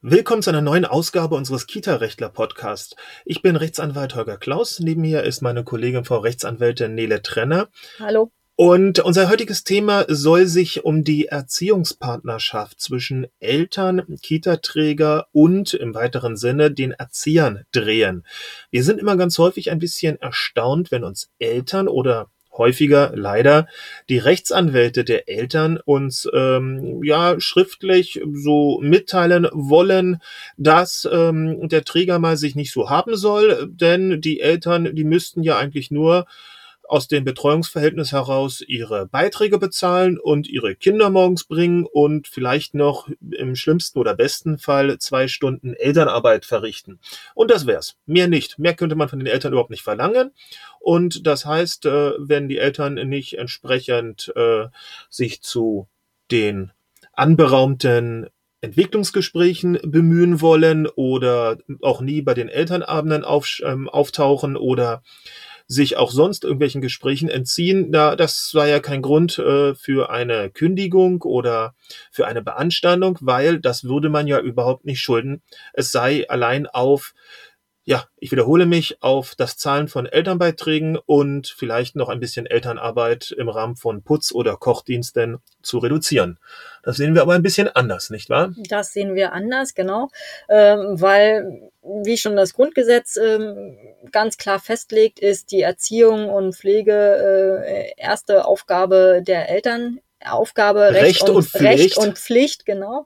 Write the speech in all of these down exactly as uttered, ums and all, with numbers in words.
Willkommen zu einer neuen Ausgabe unseres Kita-Rechtler-Podcasts. Ich bin Rechtsanwalt Holger Klaus. Neben mir ist meine Kollegin Frau Rechtsanwältin Nele Trenner. Hallo. Und unser heutiges Thema soll sich um die Erziehungspartnerschaft zwischen Eltern, Kita-Träger und im weiteren Sinne den Erziehern drehen. Wir sind immer ganz häufig ein bisschen erstaunt, wenn uns Eltern oder häufiger leider die Rechtsanwälte der Eltern uns ähm, ja schriftlich so mitteilen wollen, dass ähm, der Träger mal sich nicht so haben soll, denn die Eltern, die müssten ja eigentlich nur aus dem Betreuungsverhältnis heraus ihre Beiträge bezahlen und ihre Kinder morgens bringen und vielleicht noch im schlimmsten oder besten Fall zwei Stunden Elternarbeit verrichten. Und das wär's. Mehr nicht. Mehr könnte man von den Eltern überhaupt nicht verlangen. Und das heißt, wenn die Eltern nicht entsprechend äh, sich zu den anberaumten Entwicklungsgesprächen bemühen wollen oder auch nie bei den Elternabenden auf, ähm, auftauchen oder sich auch sonst irgendwelchen Gesprächen entziehen, da das war ja kein Grund äh, für eine Kündigung oder für eine Beanstandung, weil das würde man ja überhaupt nicht schulden. Es sei allein auf, ja, ich wiederhole mich, auf das Zahlen von Elternbeiträgen und vielleicht noch ein bisschen Elternarbeit im Rahmen von Putz- oder Kochdiensten zu reduzieren. Das sehen wir aber ein bisschen anders, nicht wahr? Das sehen wir anders, genau, ähm, weil, wie schon das Grundgesetz ähm, ganz klar festlegt, ist die Erziehung und Pflege äh, erste Aufgabe der Eltern. Aufgabe, Recht, Recht und, und Pflicht. Recht und Pflicht, genau.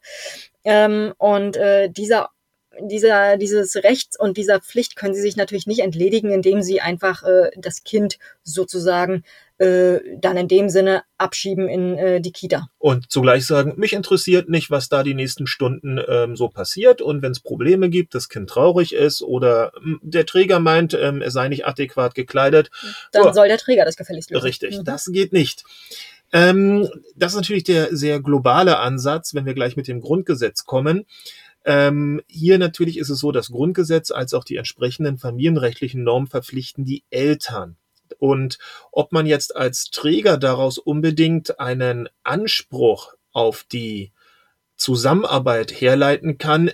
Ähm, und äh, dieser Dieser, dieses Rechts und dieser Pflicht können sie sich natürlich nicht entledigen, indem sie einfach äh, das Kind sozusagen äh, dann in dem Sinne abschieben in äh, die Kita. Und zugleich sagen, mich interessiert nicht, was da die nächsten Stunden ähm, so passiert. Und wenn es Probleme gibt, das Kind traurig ist oder ähm, der Träger meint, ähm, er sei nicht adäquat gekleidet. Dann oh, soll der Träger das gefälligst lösen. Richtig, mhm. Das geht nicht. Ähm, das ist natürlich der sehr globale Ansatz, wenn wir gleich mit dem Grundgesetz kommen. Ähm, hier natürlich ist es so, das Grundgesetz als auch die entsprechenden familienrechtlichen Normen verpflichten die Eltern. Und ob man jetzt als Träger daraus unbedingt einen Anspruch auf die Zusammenarbeit herleiten kann,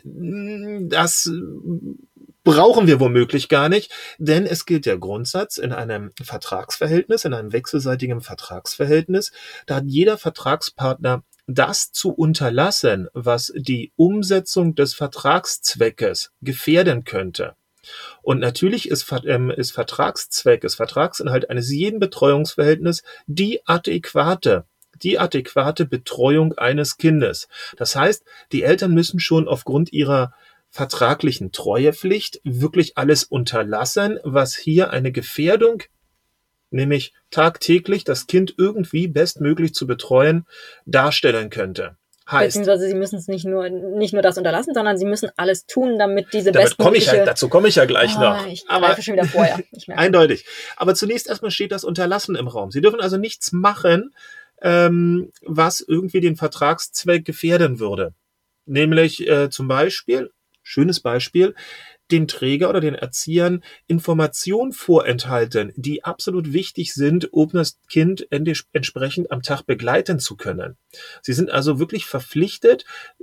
das brauchen wir womöglich gar nicht, denn es gilt der Grundsatz in einem Vertragsverhältnis, in einem wechselseitigen Vertragsverhältnis, da hat jeder Vertragspartner das zu unterlassen, was die Umsetzung des Vertragszweckes gefährden könnte. Und natürlich ist, ähm, ist Vertragszweck, ist Vertragsinhalt eines jeden Betreuungsverhältnisses die adäquate, die adäquate Betreuung eines Kindes. Das heißt, die Eltern müssen schon aufgrund ihrer vertraglichen Treuepflicht wirklich alles unterlassen, was hier eine Gefährdung, nämlich tagtäglich das Kind irgendwie bestmöglich zu betreuen, darstellen könnte. Heißt, beziehungsweise sie müssen es nicht nur nicht nur das unterlassen, sondern sie müssen alles tun, damit diese damit bestmögliche... Komm ich ja, dazu komme ich ja gleich oh, noch. Ich greife schon wieder vorher. Ich merke. Eindeutig. Aber zunächst erstmal steht das Unterlassen im Raum. Sie dürfen also nichts machen, ähm, was irgendwie den Vertragszweck gefährden würde. Nämlich äh, zum Beispiel, schönes Beispiel, den Träger oder den Erziehern Informationen vorenthalten, die absolut wichtig sind, um das Kind entsprechend am Tag begleiten zu können. Sie sind also wirklich verpflichtet,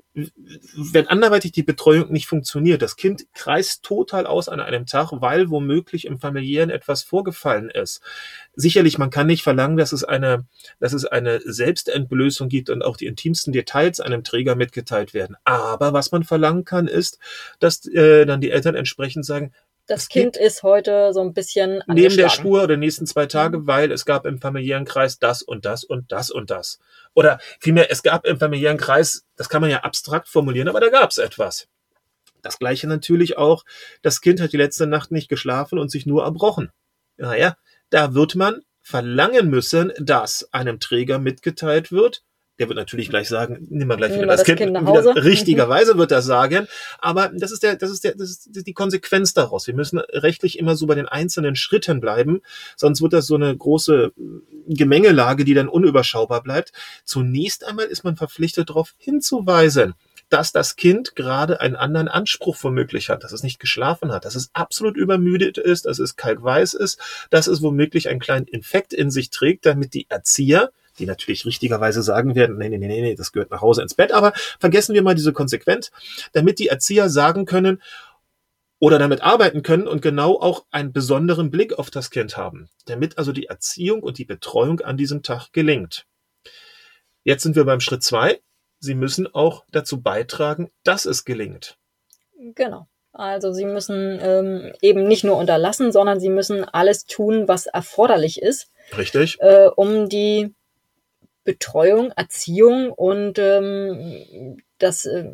wenn anderweitig die Betreuung nicht funktioniert, das Kind kreist total aus an einem Tag, weil womöglich im Familiären etwas vorgefallen ist. Sicherlich, man kann nicht verlangen, dass es eine, dass es eine Selbstentblößung gibt und auch die intimsten Details einem Träger mitgeteilt werden. Aber was man verlangen kann, ist, dass äh, dann die Eltern entsprechend sagen, das Kind ist heute so ein bisschen neben der Spur oder nächsten zwei Tage, mhm. weil es gab im familiären Kreis das und das und das und das. Oder vielmehr, es gab im familiären Kreis, das kann man ja abstrakt formulieren, aber da gab es etwas. Das Gleiche natürlich auch, das Kind hat die letzte Nacht nicht geschlafen und sich nur erbrochen. Naja, da wird man verlangen müssen, dass einem Träger mitgeteilt wird. Der wird natürlich gleich sagen, nimm mal gleich nimm wieder mal das, das Kind, kind nach Hause. Wieder, richtigerweise wird er sagen. Aber das ist der, das ist der, das ist die Konsequenz daraus. Wir müssen rechtlich immer so bei den einzelnen Schritten bleiben. Sonst wird das so eine große Gemengelage, die dann unüberschaubar bleibt. Zunächst einmal ist man verpflichtet, darauf hinzuweisen, dass das Kind gerade einen anderen Anspruch womöglich hat, dass es nicht geschlafen hat, dass es absolut übermüdet ist, dass es kalkweiß ist, dass es womöglich einen kleinen Infekt in sich trägt, damit die Erzieher die natürlich richtigerweise sagen werden, nee, nee, nee, nee, das gehört nach Hause ins Bett, aber vergessen wir mal diese Konsequenz, damit die Erzieher sagen können oder damit arbeiten können und genau auch einen besonderen Blick auf das Kind haben, damit also die Erziehung und die Betreuung an diesem Tag gelingt. Jetzt sind wir beim Schritt zwei. Sie müssen auch dazu beitragen, dass es gelingt. Genau. Also Sie müssen ähm, eben nicht nur unterlassen, sondern Sie müssen alles tun, was erforderlich ist. Richtig. Äh, um die Betreuung, Erziehung und ähm, das äh,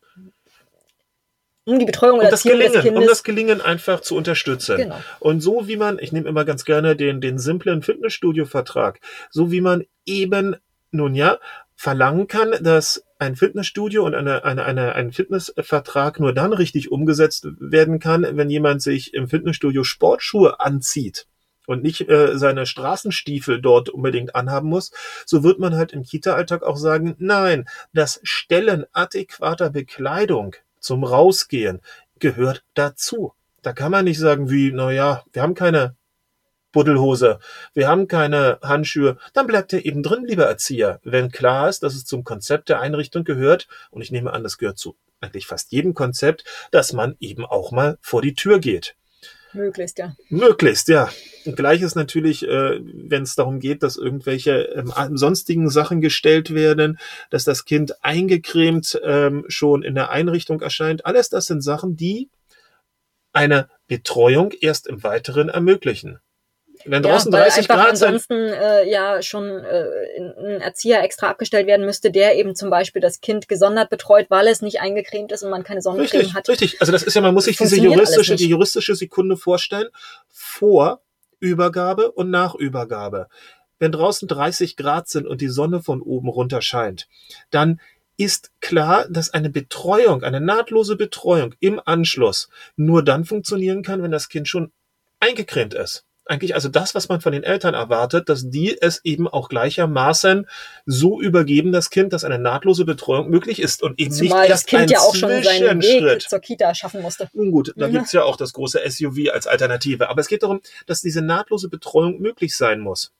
um die Betreuung und um das Erziehung Gelingen, des Kindes. Um das Gelingen einfach zu unterstützen. Genau. Und so wie man, ich nehme immer ganz gerne den, den simplen Fitnessstudio-Vertrag, so wie man eben, nun ja, verlangen kann, dass ein Fitnessstudio und eine, eine, eine, ein Fitnessvertrag nur dann richtig umgesetzt werden kann, wenn jemand sich im Fitnessstudio Sportschuhe anzieht und nicht äh, seine Straßenstiefel dort unbedingt anhaben muss, so wird man halt im Kita-Alltag auch sagen, nein, das Stellen adäquater Bekleidung zum Rausgehen gehört dazu. Da kann man nicht sagen wie, na ja, wir haben keine Buddelhose, wir haben keine Handschuhe, dann bleibt er eben drin, lieber Erzieher, wenn klar ist, dass es zum Konzept der Einrichtung gehört, und ich nehme an, das gehört zu eigentlich fast jedem Konzept, dass man eben auch mal vor die Tür geht. Möglichst, ja. Möglichst, ja. Und Gleiches natürlich, äh, wenn es darum geht, dass irgendwelche ähm, sonstigen Sachen gestellt werden, dass das Kind eingecremt ähm, schon in der Einrichtung erscheint. Alles das sind Sachen, die eine Betreuung erst im Weiteren ermöglichen. Wenn draußen ja, weil dreißig einfach Grad sind, ansonsten äh, ja schon äh, ein Erzieher extra abgestellt werden müsste, der eben zum Beispiel das Kind gesondert betreut, weil es nicht eingecremt ist und man keine Sonnencreme richtig, hat. richtig. Also das ist ja, man muss sich diese Funktioniert alles juristische, nicht. die juristische Sekunde vorstellen, vor Übergabe und nach Übergabe. Wenn draußen dreißig Grad sind und die Sonne von oben runter scheint, dann ist klar, dass eine Betreuung, eine nahtlose Betreuung im Anschluss nur dann funktionieren kann, wenn das Kind schon eingecremt ist. Eigentlich also das, was man von den Eltern erwartet, dass die es eben auch gleichermaßen so übergeben, das Kind, dass eine nahtlose Betreuung möglich ist und eben Zumal nicht das erst Kind ein ja auch schon seinen Weg Zwischenschritt. zur Kita schaffen musste. Nun gut, da Mhm. gibt's ja auch das große S U V als Alternative. Aber es geht darum, dass diese nahtlose Betreuung möglich sein muss.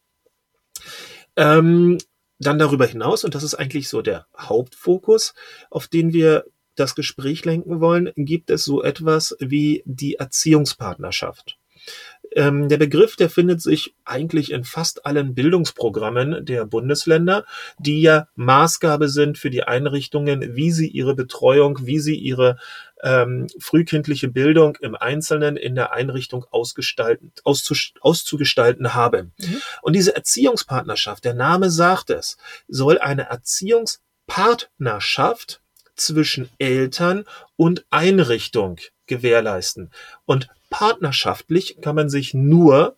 Ähm, dann darüber hinaus, und das ist eigentlich so der Hauptfokus, auf den wir das Gespräch lenken wollen, gibt es so etwas wie die Erziehungspartnerschaft. Ähm, der Begriff, der findet sich eigentlich in fast allen Bildungsprogrammen der Bundesländer, die ja Maßgabe sind für die Einrichtungen, wie sie ihre Betreuung, wie sie ihre ähm, frühkindliche Bildung im Einzelnen in der Einrichtung ausgestalten, auszus- auszugestalten haben. Mhm. Und diese Erziehungspartnerschaft, der Name sagt es, soll eine Erziehungspartnerschaft zwischen Eltern und Einrichtung gewährleisten. Und partnerschaftlich kann man sich nur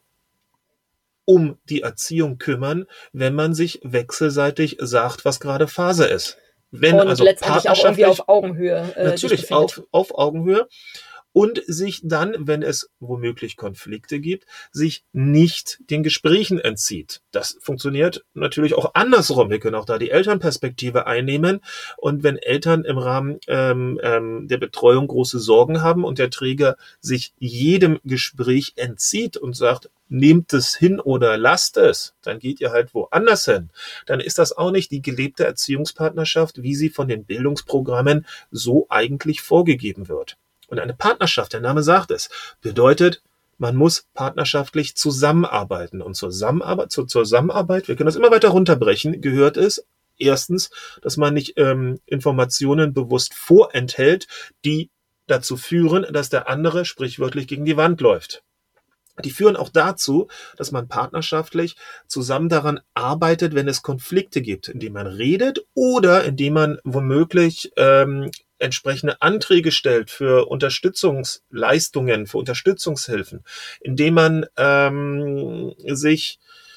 um die Erziehung kümmern, wenn man sich wechselseitig sagt, was gerade Phase ist. Wenn Und also letztendlich auch irgendwie partnerschaftlich, auf Augenhöhe. Äh, natürlich sich befindet. auf, auf Augenhöhe, und sich dann, wenn es womöglich Konflikte gibt, sich nicht den Gesprächen entzieht. Das funktioniert natürlich auch andersrum. Wir können auch da die Elternperspektive einnehmen. Und wenn Eltern im Rahmen ähm, ähm, der Betreuung große Sorgen haben und der Träger sich jedem Gespräch entzieht und sagt, nehmt es hin oder lasst es, dann geht ihr halt woanders hin. Dann ist das auch nicht die gelebte Erziehungspartnerschaft, wie sie von den Bildungsprogrammen so eigentlich vorgegeben wird. Und eine Partnerschaft, der Name sagt es, bedeutet, man muss partnerschaftlich zusammenarbeiten. Und zur Zusammenarbeit, zur Zusammenarbeit, wir können das immer weiter runterbrechen, gehört es erstens, dass man nicht ähm, Informationen bewusst vorenthält, die dazu führen, dass der andere sprichwörtlich gegen die Wand läuft. Die führen auch dazu, dass man partnerschaftlich zusammen daran arbeitet, wenn es Konflikte gibt, indem man redet oder indem man womöglich ähm, entsprechende Anträge stellt für Unterstützungsleistungen, für Unterstützungshilfen, indem man ähm, sich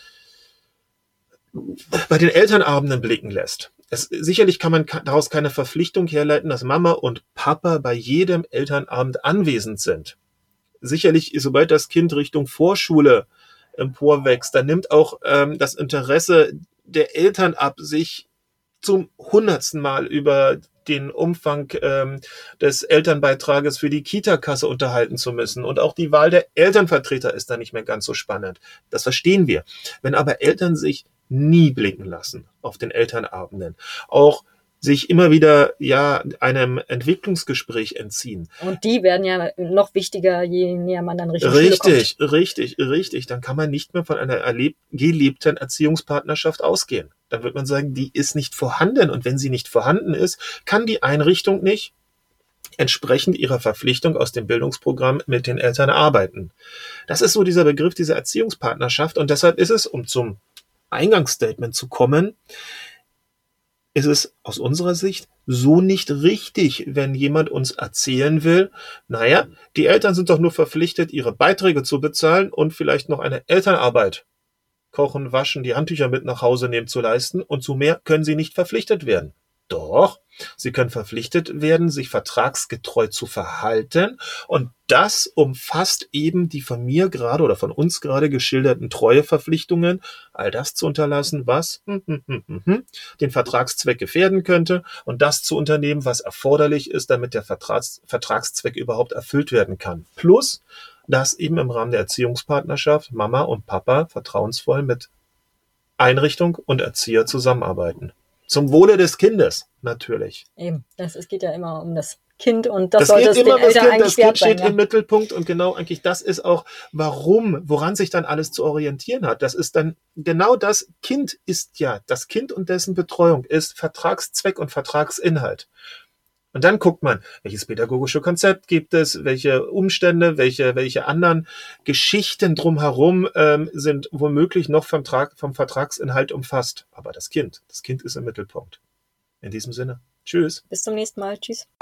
bei den Elternabenden blicken lässt. Es, sicherlich kann man daraus keine Verpflichtung herleiten, dass Mama und Papa bei jedem Elternabend anwesend sind. Sicherlich, sobald das Kind Richtung Vorschule emporwächst, dann nimmt auch ähm, das Interesse der Eltern ab, sich zum hundertsten Mal über den Umfang ähm, des Elternbeitrages für die Kita-Kasse unterhalten zu müssen. Und auch die Wahl der Elternvertreter ist da nicht mehr ganz so spannend. Das verstehen wir. Wenn aber Eltern sich nie blicken lassen auf den Elternabenden. Auch sich immer wieder ja einem Entwicklungsgespräch entziehen. Und die werden ja noch wichtiger, je näher man dann Richtung Schule kommt. Richtig, richtig, richtig. Dann kann man nicht mehr von einer erleb- gelebten Erziehungspartnerschaft ausgehen. Dann wird man sagen, die ist nicht vorhanden. Und wenn sie nicht vorhanden ist, kann die Einrichtung nicht entsprechend ihrer Verpflichtung aus dem Bildungsprogramm mit den Eltern arbeiten. Das ist so dieser Begriff dieser Erziehungspartnerschaft. Und deshalb ist es, um zum Eingangsstatement zu kommen, ist es aus unserer Sicht so nicht richtig, wenn jemand uns erzählen will, naja, die Eltern sind doch nur verpflichtet, ihre Beiträge zu bezahlen und vielleicht noch eine Elternarbeit, kochen, waschen, die Handtücher mit nach Hause nehmen zu leisten, und zu mehr können sie nicht verpflichtet werden. Doch, sie können verpflichtet werden, sich vertragsgetreu zu verhalten, und das umfasst eben die von mir gerade oder von uns gerade geschilderten Treueverpflichtungen, all das zu unterlassen, was hm, hm, hm, hm, hm, den Vertragszweck gefährden könnte, und das zu unternehmen, was erforderlich ist, damit der Vertrags- Vertragszweck überhaupt erfüllt werden kann. Plus, dass eben im Rahmen der Erziehungspartnerschaft Mama und Papa vertrauensvoll mit Einrichtung und Erzieher zusammenarbeiten. Zum Wohle des Kindes, natürlich. Eben, das, es geht ja immer um das Kind, und das, Das sollte geht es immer den um das Eltern Kind. eigentlich Das Kind wert sein. steht Ja. im Mittelpunkt, und genau eigentlich das ist auch, warum, woran sich dann alles zu orientieren hat. Das ist dann genau das. Kind ist ja, das Kind und dessen Betreuung ist Vertragszweck und Vertragsinhalt. Und dann guckt man, welches pädagogische Konzept gibt es, welche Umstände, welche, welche anderen Geschichten drumherum ähm, sind womöglich noch vom, Trag, vom Vertragsinhalt umfasst. Aber das Kind, das Kind ist im Mittelpunkt. In diesem Sinne, tschüss. Bis zum nächsten Mal. Tschüss.